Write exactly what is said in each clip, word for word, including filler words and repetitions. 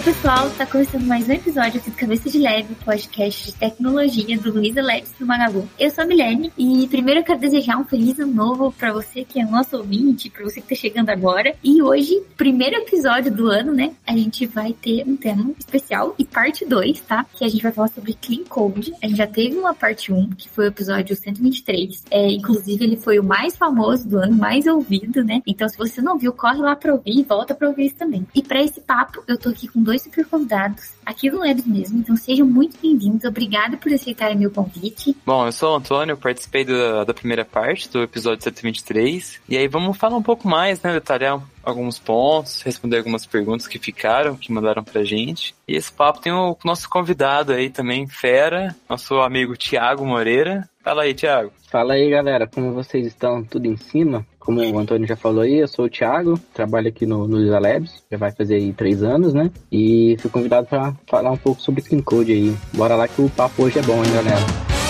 pessoal, tá começando mais um episódio aqui do Cabeça de Lab, podcast de tecnologia do Luiza Labs do Magalu. Eu sou a Milene e primeiro eu quero desejar um feliz ano novo pra você que é nosso ouvinte, pra você que tá chegando agora. E hoje, primeiro episódio do ano, né, a gente vai ter um tema especial e parte dois, tá? Que a gente vai falar sobre Clean Code. A gente já teve uma parte um, que foi o episódio cento e vinte e três. É, inclusive, ele foi o mais famoso do ano, mais ouvido, né? Então, se você não viu, corre lá pra ouvir e volta pra ouvir isso também. E pra esse papo, eu tô aqui com dois super convidados, aqui do Labs mesmo, então sejam muito bem-vindos. Obrigada por aceitarem meu convite. Bom, eu sou o Antônio, eu participei da, da primeira parte do episódio cento e vinte e três, e aí vamos falar um pouco mais, né, detalhar alguns pontos, responder algumas perguntas que ficaram, que mandaram pra gente. E esse papo tem o nosso convidado aí também, fera, nosso amigo Thiago Moreira. Fala aí, Thiago. Fala aí, galera, como vocês estão? Tudo em cima? Como o Antônio já falou aí, eu sou o Thiago, trabalho aqui no, no Luiza Labs, já vai fazer aí três anos, né? E fui convidado para falar um pouco sobre Clean Code aí. Bora lá que o papo hoje é bom, hein, galera?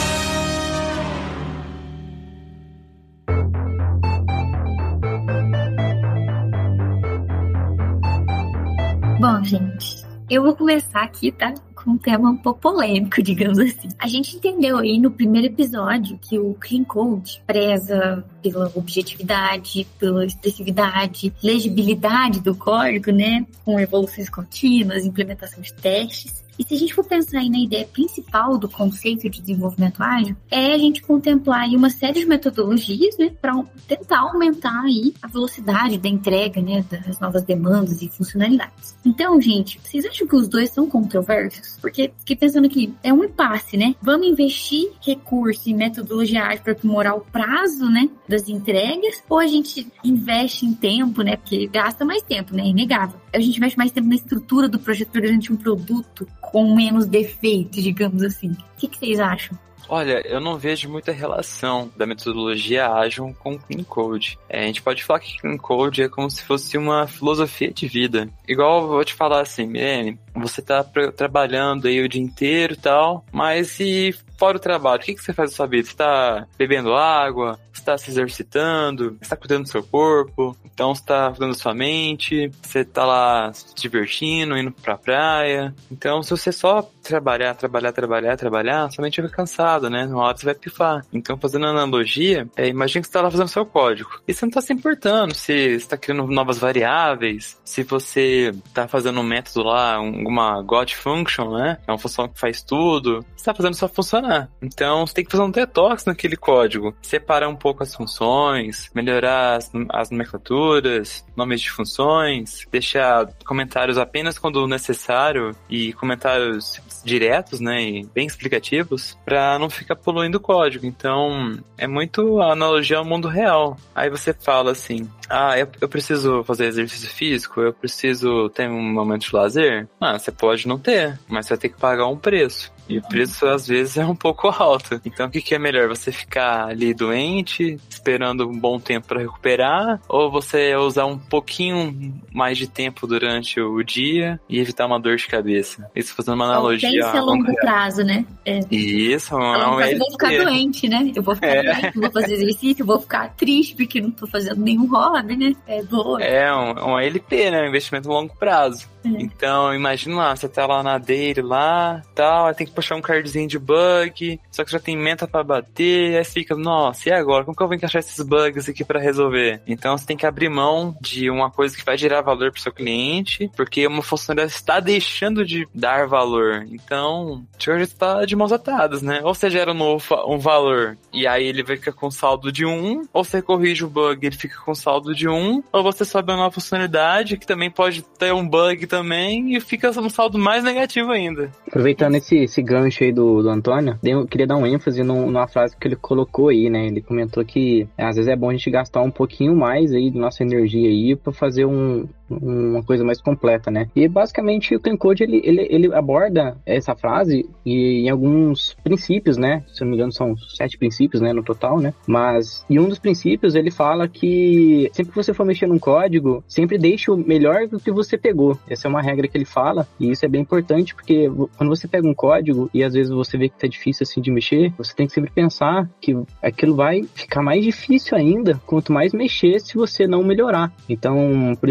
Bom, gente, eu vou começar aqui, tá? Com um tema um pouco polêmico, digamos assim. A gente entendeu aí no primeiro episódio que o Clean Code preza pela objetividade, pela expressividade, legibilidade do código, né? Com evoluções contínuas, implementação de testes. E se a gente for pensar aí na ideia principal do conceito de desenvolvimento ágil, é a gente contemplar aí uma série de metodologias, né, para tentar aumentar aí a velocidade da entrega, né, das novas demandas e funcionalidades. Então, gente, vocês acham que os dois são controversos? Porque fiquei pensando que é um impasse, né? Vamos investir recurso em metodologia ágil para aprimorar o prazo, né, das entregas, ou a gente investe em tempo, né, porque gasta mais tempo, né, é inegável. A gente investe mais tempo na estrutura do projeto para garantir um produto com menos defeitos, digamos assim. O que, que vocês acham? Olha, eu não vejo muita relação da metodologia ágil com Clean Code. É, a gente pode falar que Clean Code é como se fosse uma filosofia de vida. Igual eu vou te falar assim, Milene, você tá pra, trabalhando aí o dia inteiro e tal, mas e fora o trabalho, o que, que você faz da sua vida? Você tá bebendo água? Você tá se exercitando? Você tá cuidando do seu corpo? Então você tá cuidando da sua mente? Você tá lá se divertindo, indo pra praia? Então se você só trabalhar, trabalhar, trabalhar, trabalhar, sua mente vai ficar cansada, né? Uma hora você vai pifar. Então fazendo analogia, é, imagina que você tá lá fazendo seu código. E você não tá se importando se você tá criando novas variáveis, se você tá fazendo um método lá, uma God Function, né? É uma função que faz tudo. Você tá fazendo só funcionar. Então, você tem que fazer um detox naquele código. Separar um pouco as funções, melhorar as, as nomenclaturas, nomes de funções, deixar comentários apenas quando necessário e comentários diretos, né, e bem explicativos, para não ficar poluindo o código. Então, é muito a analogia ao mundo real. Aí você fala assim, ah, eu, eu preciso fazer exercício físico, eu preciso ter um momento de lazer? Ah, você pode não ter, mas você vai ter que pagar um preço. E o preço, às vezes, é um pouco alto. Então, o que, que é melhor? Você ficar ali doente, esperando um bom tempo para recuperar? Ou você usar um pouquinho mais de tempo durante o dia e evitar uma dor de cabeça? Isso fazendo uma analogia. Tem que ser a longo prazo, né? É. Isso. A longo prazo eu vou ficar doente, né? Eu vou ficar é. doente, vou fazer exercício, eu vou ficar triste porque não tô fazendo nenhum hobby, né? É boa. É um, um L P, né? Um investimento a longo prazo. É. Então, imagina lá, você tá lá na dele lá, tal, aí tem que puxar um cardzinho de bug, só que já tem meta pra bater, aí fica, nossa, e agora? Como que eu vou encaixar esses bugs aqui pra resolver? Então, você tem que abrir mão de uma coisa que vai gerar valor pro seu cliente, porque uma funcionalidade está deixando de dar valor. Então, você está de mãos atadas, né? Ou você gera um novo um valor, e aí ele fica com saldo de um, ou você corrige o bug, ele fica com saldo de um, ou você sobe uma nova funcionalidade, que também pode ter um bug também, e fica um saldo mais negativo ainda. Aproveitando esse, esse gancho aí do, do Antônio, eu queria dar um ênfase num, numa frase que ele colocou aí, né? Ele comentou que às vezes é bom a gente gastar um pouquinho mais aí da nossa energia aí pra fazer um, uma coisa mais completa, né? E basicamente o Clean Code, ele, ele, ele aborda essa frase e, em alguns princípios, né? Se eu não me engano são sete princípios, né, no total, né? Mas, e um dos princípios, ele fala que sempre que você for mexer num código, sempre deixe o melhor do que você pegou. Essa é uma regra que ele fala, e isso é bem importante, porque quando você pega um código e às vezes você vê que tá difícil assim de mexer, você tem que sempre pensar que aquilo vai ficar mais difícil ainda quanto mais mexer se você não melhorar. Então, por isso que é sempre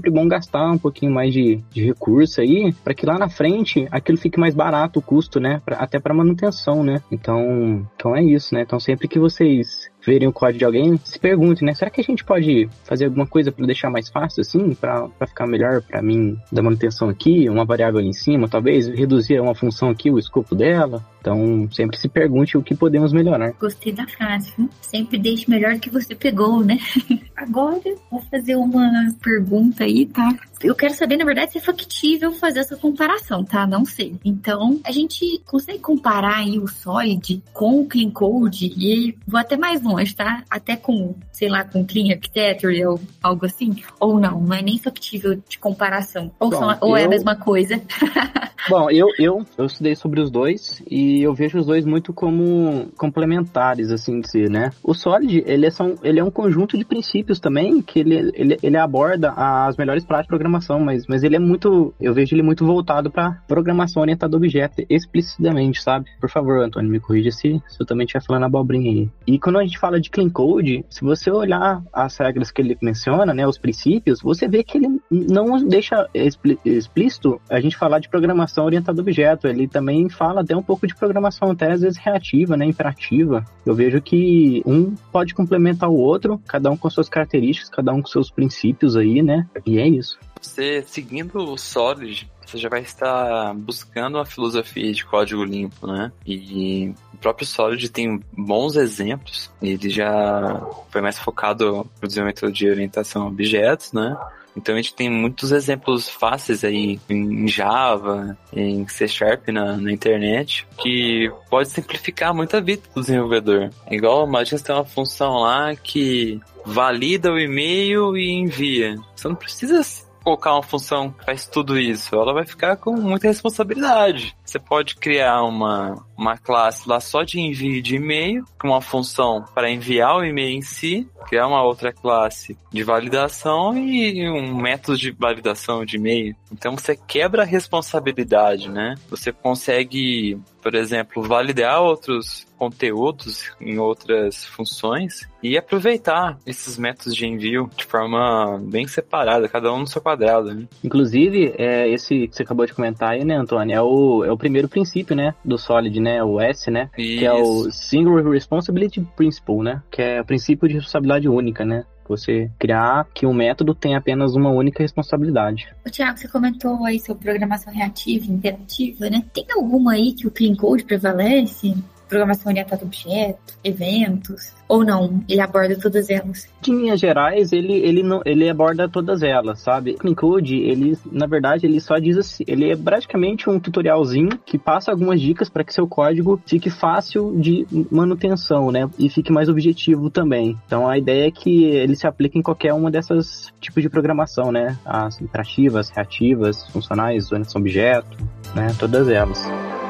sempre bom gastar um pouquinho mais de, de recurso aí, para que lá na frente aquilo fique mais barato o custo, né? Pra, até para manutenção, né? Então, então é isso, né? Então sempre que vocês verem o código de alguém, se perguntem, né? Será que a gente pode fazer alguma coisa para deixar mais fácil, assim? Para ficar melhor para mim da manutenção aqui? Uma variável ali em cima, talvez? Reduzir uma função aqui, o escopo dela? Então, sempre se pergunte o que podemos melhorar. Gostei da frase, viu? Sempre deixe melhor do que você pegou, né? Agora, vou fazer uma pergunta aí, tá? Eu quero saber, na verdade, se é factível fazer essa comparação, tá? Não sei. Então, a gente consegue comparar aí o Solid com o Clean Code e vou até mais longe, tá? Até com, sei lá, com Clean Architecture ou algo assim? Ou não? Não é nem factível de comparação? Ou, Bom, são, ou eu... é a mesma coisa? Bom, eu, eu, eu estudei sobre os dois e eu vejo os dois muito como complementares, assim de ser, né? O Solid, ele é, só, ele é um conjunto de princípios também, que ele, ele, ele aborda as melhores práticas de programação, mas, mas ele é muito, eu vejo ele muito voltado para programação orientada a objeto, explicitamente, sabe? Por favor, Antônio, me corrija se, se eu também estiver falando abobrinha aí. E quando a gente fala de Clean Code, se você olhar as regras que ele menciona, né, os princípios, você vê que ele não deixa explícito a gente falar de programação orientada a objeto. Ele também fala até um pouco de programação, até às vezes reativa, né, imperativa. Eu vejo que um pode complementar o outro, cada um com suas características, cada um com seus princípios aí, né, e é isso. Você, seguindo o Solid, você já vai estar buscando uma filosofia de código limpo, né? E o próprio Solid tem bons exemplos. Ele já foi mais focado no desenvolvimento de orientação a objetos, né? Então a gente tem muitos exemplos fáceis aí em Java, em C Sharp na, na internet, que pode simplificar muito a vida do desenvolvedor. É igual, imagina você tem uma função lá que valida o e-mail e envia. Você não precisa colocar uma função que faz tudo isso, ela vai ficar com muita responsabilidade. Você pode criar uma, uma classe lá só de envio de e-mail, com uma função para enviar o e-mail em si, criar uma outra classe de validação e um método de validação de e-mail. Então você quebra a responsabilidade, né? Você consegue, por exemplo, validar outros conteúdos em outras funções e aproveitar esses métodos de envio de forma bem separada, cada um no seu quadrado, né? Inclusive, é, esse que você acabou de comentar aí, né, Antônio, é o, é o primeiro princípio, né, do Solid, né, o S, né, Isso. que é o Single Responsibility Principle, né, que é o princípio de responsabilidade única, né. Você criar que um método tem apenas uma única responsabilidade. O Thiago, você comentou aí sobre programação reativa e interativa, né? Tem alguma aí que o Clean Code prevalece? Programação orientada a objetos, eventos, ou não? Ele aborda todas elas? De linhas gerais, ele, ele, não, ele aborda todas elas, sabe? O Clean Code, ele, na verdade, ele só diz assim, ele é praticamente um tutorialzinho que passa algumas dicas para que seu código fique fácil de manutenção, né? E fique mais objetivo também. Então, a ideia é que ele se aplica em qualquer uma dessas tipos de programação, né? As interativas, reativas, funcionais, orientação a objeto, né? Todas elas.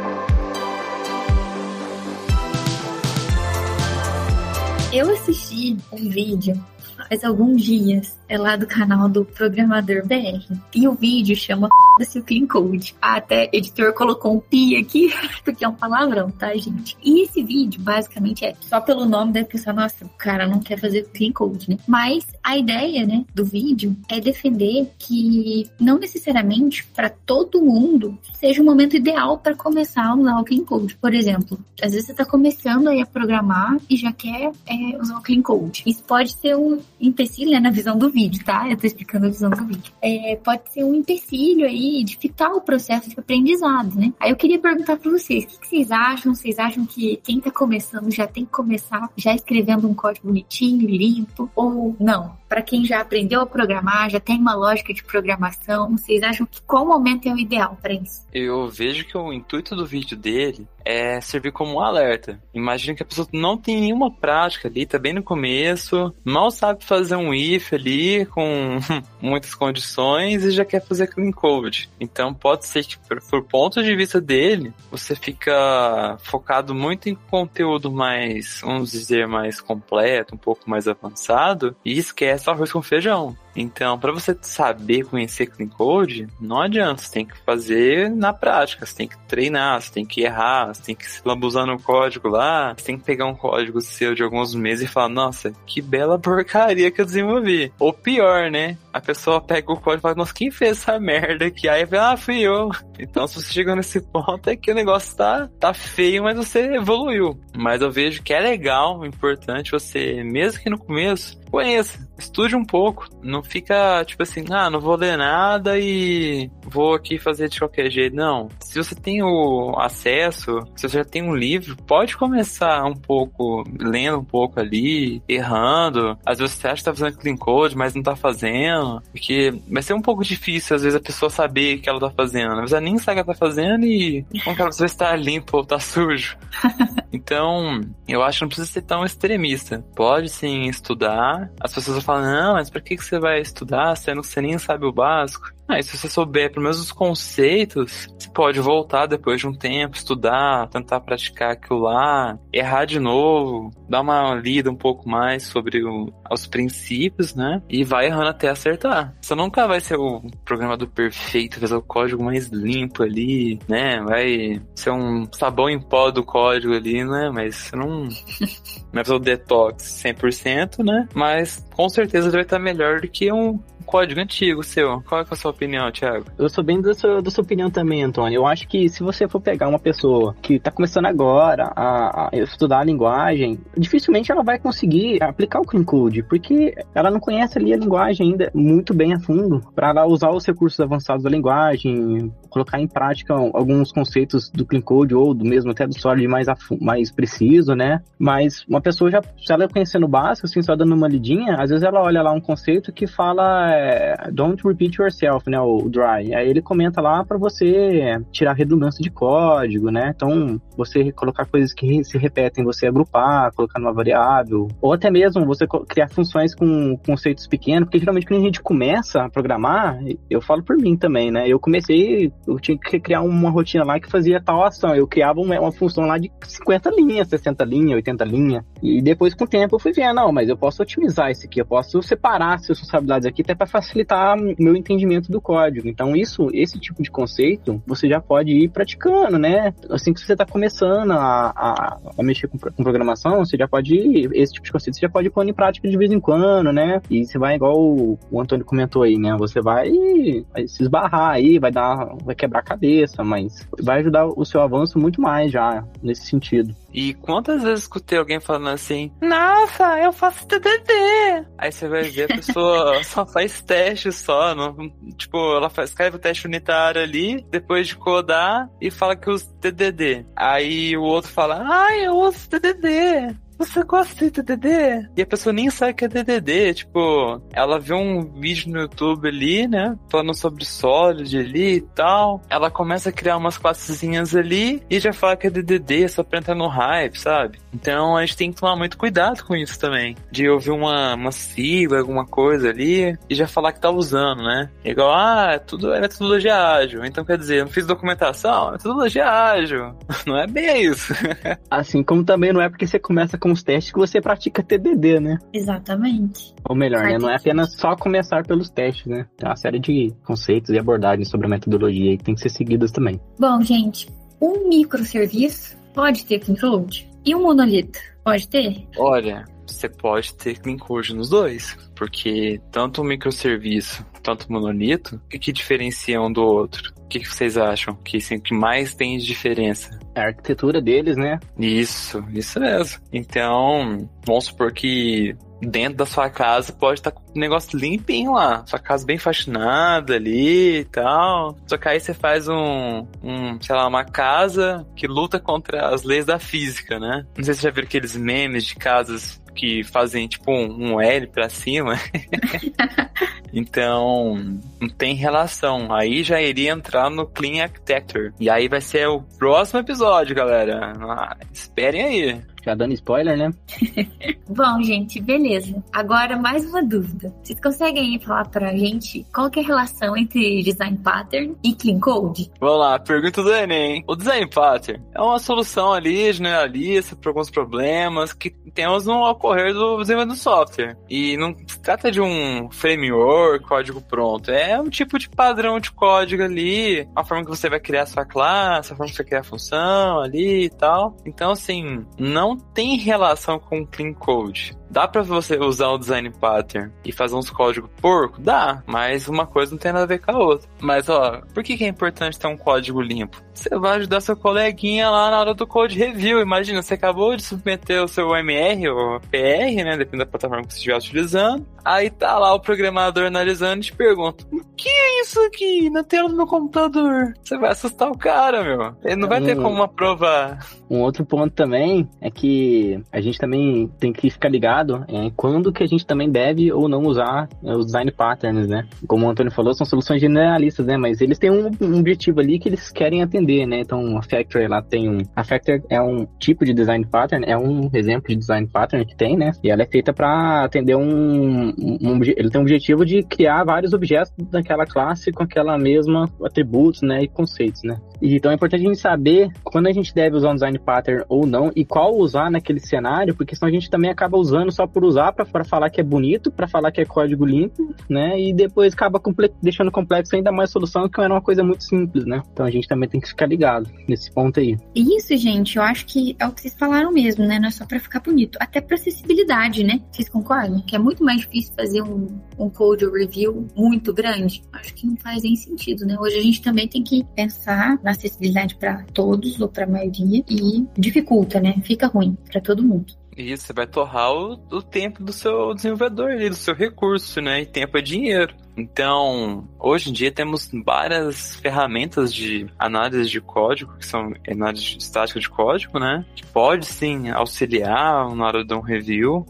Eu assisti um vídeo faz alguns dias, é lá do canal do Programador B R, e o vídeo chama F***-se o Clean Code. Até o editor colocou um pi aqui, porque é um palavrão, tá, gente? E esse vídeo, basicamente, é só pelo nome deve pensar, nossa, o cara não quer fazer Clean Code, né? Mas a ideia, né, do vídeo é defender que não necessariamente para todo mundo seja o momento ideal para começar a usar o Clean Code. Por exemplo, às vezes você tá começando aí a programar e já quer é, usar o Clean Code. Isso pode ser um empecilho, né, na visão do vídeo, tá? Eu tô explicando a visão do vídeo. É, pode ser um empecilho aí, dificultar o processo de aprendizado, né? Aí eu queria perguntar pra vocês, o que, que vocês acham? Vocês acham que quem tá começando já tem que começar já escrevendo um código bonitinho, limpo, ou não? Para quem já aprendeu a programar, já tem uma lógica de programação, vocês acham que qual momento é o ideal para isso? Eu vejo que o intuito do vídeo dele é servir como um alerta. Imagina que a pessoa não tem nenhuma prática ali, tá bem no começo, mal sabe fazer um if ali com muitas condições e já quer fazer Clean Code. Então pode ser que, por, por ponto de vista dele, você fica focado muito em conteúdo mais, vamos dizer, mais completo, um pouco mais avançado, e esquece o arroz com feijão. Então, para você saber conhecer Clean Code, não adianta, você tem que fazer na prática, você tem que treinar, você tem que errar, você tem que se lambuzar no código lá, você tem que pegar um código seu de alguns meses e falar, nossa, que bela porcaria que eu desenvolvi. Ou pior, né? A pessoa pega o código e fala, nossa, quem fez essa merda aqui? Aí fala, ah, fui eu. Então, se você chegou nesse ponto, é que o negócio tá, tá feio, mas você evoluiu. Mas eu vejo que é legal, importante você, mesmo que no começo, conheça, estude um pouco. Não fica, tipo assim, ah, não vou ler nada e vou aqui fazer de qualquer jeito. Não. Se você tem o acesso, se você já tem um livro, pode começar um pouco, lendo um pouco ali, errando. Às vezes você acha que tá fazendo Clean Code, mas não tá fazendo. Porque vai ser um pouco difícil, às vezes, a pessoa saber o que ela tá fazendo. Às vezes ela nem sabe o que ela tá fazendo e como que ela precisa estar limpo ou tá sujo. Então, eu acho que não precisa ser tão extremista. Pode sim estudar. As pessoas vão falar, não, mas pra que você vai estudar sendo que você nem sabe o básico? Ah, e se você souber pelo menos os conceitos, você pode voltar depois de um tempo, estudar, tentar praticar aquilo lá, errar de novo, dar uma lida um pouco mais sobre o, os princípios, né? E vai errando até acertar. Você nunca vai ser o programador perfeito, fazer o código mais limpo ali, né? Vai ser um sabão em pó do código ali, né? Mas você não, não vai fazer o detox cem por cento, né? Mas com certeza vai estar melhor do que um código antigo seu. Qual é a sua opinião, Thiago? Eu sou bem da sua, da sua opinião também, Antônio. Eu acho que se você for pegar uma pessoa que tá começando agora a, a estudar a linguagem, dificilmente ela vai conseguir aplicar o Clean Code, porque ela não conhece ali a linguagem ainda muito bem a fundo, para ela usar os recursos avançados da linguagem, colocar em prática alguns conceitos do Clean Code ou do mesmo até do Solid mais, mais preciso, né? Mas uma pessoa já, se ela conhecendo o básico, assim, só dando uma lidinha, às vezes ela olha lá um conceito que fala é, don't repeat yourself, né? O dry. Aí ele comenta lá para você tirar redundância de código, né? Então, você colocar coisas que se repetem, você agrupar, colocar numa variável, ou até mesmo você criar funções com conceitos pequenos, porque geralmente quando a gente começa a programar, eu falo por mim também, né? Eu comecei, eu tinha que criar uma rotina lá que fazia tal ação, eu criava uma, uma função lá de cinquenta linhas, sessenta linhas, oitenta linhas, e depois com o tempo eu fui vendo, não, mas eu posso otimizar isso aqui, eu posso separar as responsabilidades aqui até para facilitar meu entendimento do código. Então isso, esse tipo de conceito, você já pode ir praticando, né? Assim que você está começando a, a, a mexer com, com programação, você já pode ir, esse tipo de conceito você já pode ir pondo em prática de vez em quando, né? E você vai, igual o, o Antônio comentou aí, né? Você vai, vai se esbarrar aí, vai dar, vai quebrar a cabeça, mas vai ajudar o seu avanço muito mais já, nesse sentido. E quantas vezes escutei alguém falando assim, nossa, eu faço T D D. Aí você vai ver a pessoa só faz teste só, não, tipo, ela faz, escreve o teste unitário ali, depois de codar, e fala que usa T D D. Aí o outro fala, ai, eu uso T D D. Você gosta de T D D? E a pessoa nem sabe que é T D D. Tipo, ela viu um vídeo no YouTube ali, né? Falando sobre Solid ali e tal. Ela começa a criar umas classezinhas ali e já fala que é T D D, só pra entrar no hype, sabe? Então a gente tem que tomar muito cuidado com isso também. De ouvir uma, uma sigla, alguma coisa ali e já falar que tá usando, né? Igual, ah, é tudo é metodologia ágil. Então quer dizer, eu não fiz documentação, é metodologia ágil. Não é bem isso. Assim como também não é porque você começa com os testes que você pratica T D D, né? Exatamente. Ou melhor, né? Não é apenas só começar pelos testes, né? Tem uma série de conceitos e abordagens sobre a metodologia que tem que ser seguidas também. Bom, gente, um microserviço pode ter Clean Code? E um monolito pode ter? Olha, você pode ter Clean Code nos dois, porque tanto o microserviço, tanto o monolito, o que, que diferencia um do outro? O que, que vocês acham que, assim, que mais tem de diferença? A arquitetura deles, né? Isso, isso mesmo. Então, vamos supor que dentro da sua casa pode estar com um negócio limpinho lá. Sua casa bem faxinada ali e tal. Só que aí você faz um, um, sei lá, uma casa que luta contra as leis da física, né? Não sei se você já viram aqueles memes de casas que fazem tipo um, um L pra cima. Então, não tem relação. Aí já iria entrar no Clean Architecture. E aí vai ser o próximo episódio, galera. Ah, esperem aí. Já dando spoiler, né? Bom, gente, beleza. Agora, mais uma dúvida. Vocês conseguem falar pra gente qual que é a relação entre Design Pattern e Clean Code? Vamos lá, pergunta do Enem. O Design Pattern é uma solução ali, generalista, para alguns problemas que temos no decorrer do desenvolvimento do software. E não se trata de um framework, código pronto. É um tipo de padrão de código ali, a forma que você vai criar a sua classe, a forma que você vai criar a função ali e tal. Então, assim, não tem relação com clean code. Dá pra você usar o design pattern e fazer uns códigos porco? Dá, mas uma coisa não tem nada a ver com a outra. Mas, ó, por que que é importante ter um código limpo? Você vai ajudar seu coleguinha lá na hora do code review. Imagina, você acabou de submeter o seu M R ou P R, né, dependendo da plataforma que você estiver utilizando. Aí tá lá o programador analisando e te pergunta: o que é isso aqui na tela do meu computador? Você vai assustar o cara, meu. Ele não vai ter como aprovar. Um outro ponto também é que a gente também tem que ficar ligado em quando que a gente também deve ou não usar os design patterns, né? Como o Antônio falou, são soluções generalistas, né? Mas eles têm um, um objetivo ali que eles querem atender, né? Então a Factor lá tem um... A Factor é um tipo de design pattern, é um exemplo de design pattern que tem, né? E ela é feita para atender um, um, um... Ele tem um objetivo de criar vários objetos daquela classe com aquela mesma atributos, né? E conceitos, né? E, então é importante a gente saber quando a gente deve usar um design pattern ou não e qual usar naquele cenário, porque senão a gente também acaba usando só por usar, para falar que é bonito, para falar que é código limpo, né? E depois acaba comple- deixando complexo ainda mais solução, que era uma coisa muito simples, né? Então a gente também tem que ficar ligado nesse ponto aí. Isso, gente, eu acho que é o que vocês falaram mesmo, né? Não é só para ficar bonito, até para acessibilidade, né? Vocês concordam? Que é muito mais difícil fazer um, um code review muito grande. Acho que não faz nem sentido, né? Hoje a gente também tem que pensar na acessibilidade para todos ou para a maioria e dificulta, né? Fica ruim para todo mundo. Isso, você vai torrar o, o tempo do seu desenvolvedor ali, do seu recurso, né? E tempo é dinheiro. Então, hoje em dia temos várias ferramentas de análise de código, que são análise estática de código, né? Que pode sim auxiliar na hora de um review,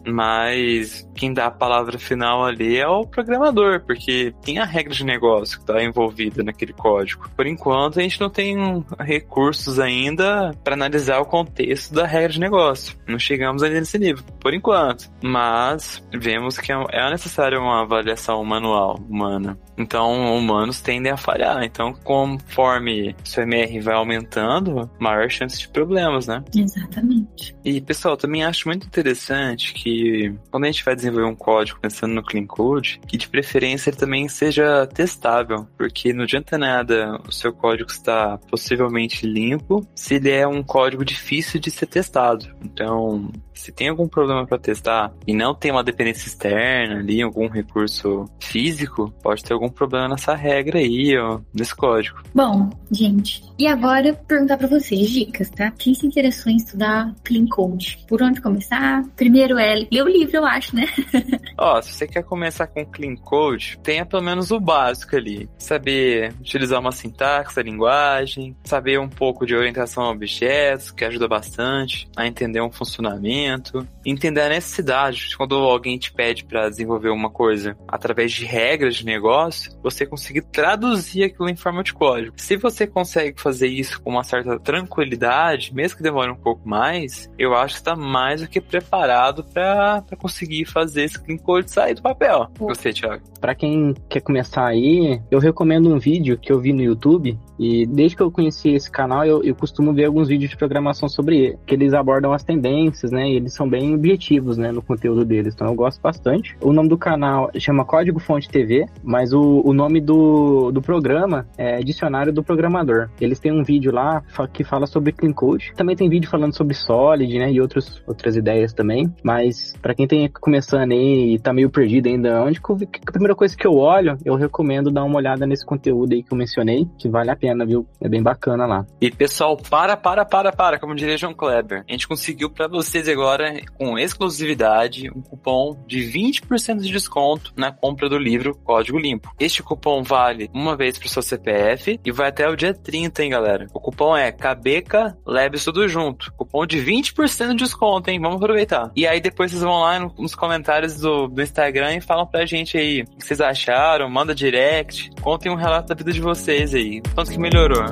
mas quem dá a palavra final ali é o programador, porque tem a regra de negócio que está envolvida naquele código. Por enquanto, a gente não tem recursos ainda para analisar o contexto da regra de negócio. Não chegamos ainda nesse nível, por enquanto. Mas vemos que é necessária uma avaliação manual, humana. Então, humanos tendem a falhar. Então, conforme seu M R vai aumentando, maior chance de problemas, né? Exatamente. E, pessoal, também acho muito interessante que quando a gente vai desenvolver um código pensando no Clean Code, que de preferência ele também seja testável, porque não adianta nada o seu código estar possivelmente limpo se ele é um código difícil de ser testado. Então, se tem algum problema para testar e não tem uma dependência externa ali, algum recurso físico, pode ter algum problema nessa regra aí, ó, nesse código. Bom, gente, e agora perguntar para vocês dicas, tá? Quem se interessou em estudar Clean Code? Por onde começar? Primeiro é ler o livro, eu acho, né? Ó, se você quer começar com Clean Code, tenha pelo menos o básico ali. Saber utilizar uma sintaxe da linguagem, saber um pouco de orientação a objetos, que ajuda bastante a entender um funcionamento, entender a necessidade. Quando alguém te pede para desenvolver uma coisa através de regras de negócio, você conseguir traduzir aquilo em forma de código. Se você consegue fazer isso com uma certa tranquilidade, mesmo que demore um pouco mais, eu acho que está mais do que preparado para conseguir fazer esse Clean Code sair do papel. E você, Thiago? Para quem quer começar aí, eu recomendo um vídeo que eu vi no YouTube, e desde que eu conheci esse canal, eu, eu costumo ver alguns vídeos de programação sobre ele, que eles abordam as tendências, né, e eles são bem objetivos, né, no conteúdo deles, então eu gosto bastante. O nome do canal chama Código Fonte T V, mas o, o nome do, do programa é Dicionário do Programador. Eles têm um vídeo lá que fala sobre Clean Code, também tem vídeo falando sobre Solid, né, e outros, outras ideias também, mas para quem tem começando aí e tá meio perdido ainda, onde que eu, a primeira coisa que eu olho, eu recomendo dar uma olhada nesse conteúdo aí que eu mencionei, que vale a pena, viu? É bem bacana lá. E pessoal, para, para, para, para, como diria João Kleber, a gente conseguiu para vocês agora, com exclusividade, um cupom de vinte por cento de desconto na compra do livro Código Limpo. Este cupom vale uma vez pro seu C P F e vai até o dia trinta, hein, galera? O cupom é Cabeca Labs tudo junto. Cupom de vinte por cento de desconto, hein? Vamos aproveitar. E aí depois vocês vão lá no, nos comentários do, do Instagram e falam pra gente aí o que vocês acharam, manda direct, contem um relato da vida de vocês aí. Quanto que melhorou?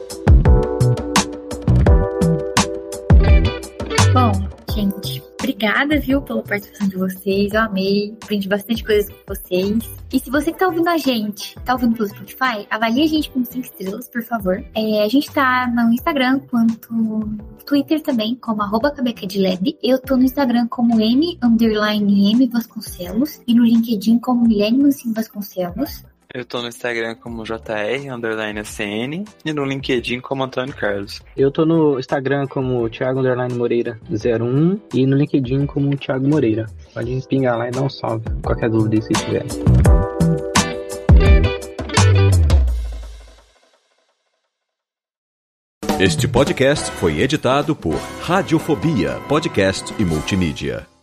Bom, gente, obrigada obrigada, viu, pela participação de vocês. Eu amei, aprendi bastante coisas com vocês. E se você que tá ouvindo a gente, tá ouvindo pelo Spotify, avalie a gente com cinco estrelas, por favor. É, a gente tá no Instagram quanto no Twitter também, como arroba cabecadlab. Eu tô no Instagram como M, underline M Vasconcelos. E no LinkedIn como Milene Mancini Vasconcelos. Eu tô no Instagram como J R, underline C N, e no LinkedIn como Antônio Carlos. Eu tô no Instagram como Thiago underline Moreira zero um e no LinkedIn como Thiago Moreira. Pode pingar lá e dar um salve, qualquer dúvida aí se tiver. Este podcast foi editado por Radiofobia, podcast e multimídia.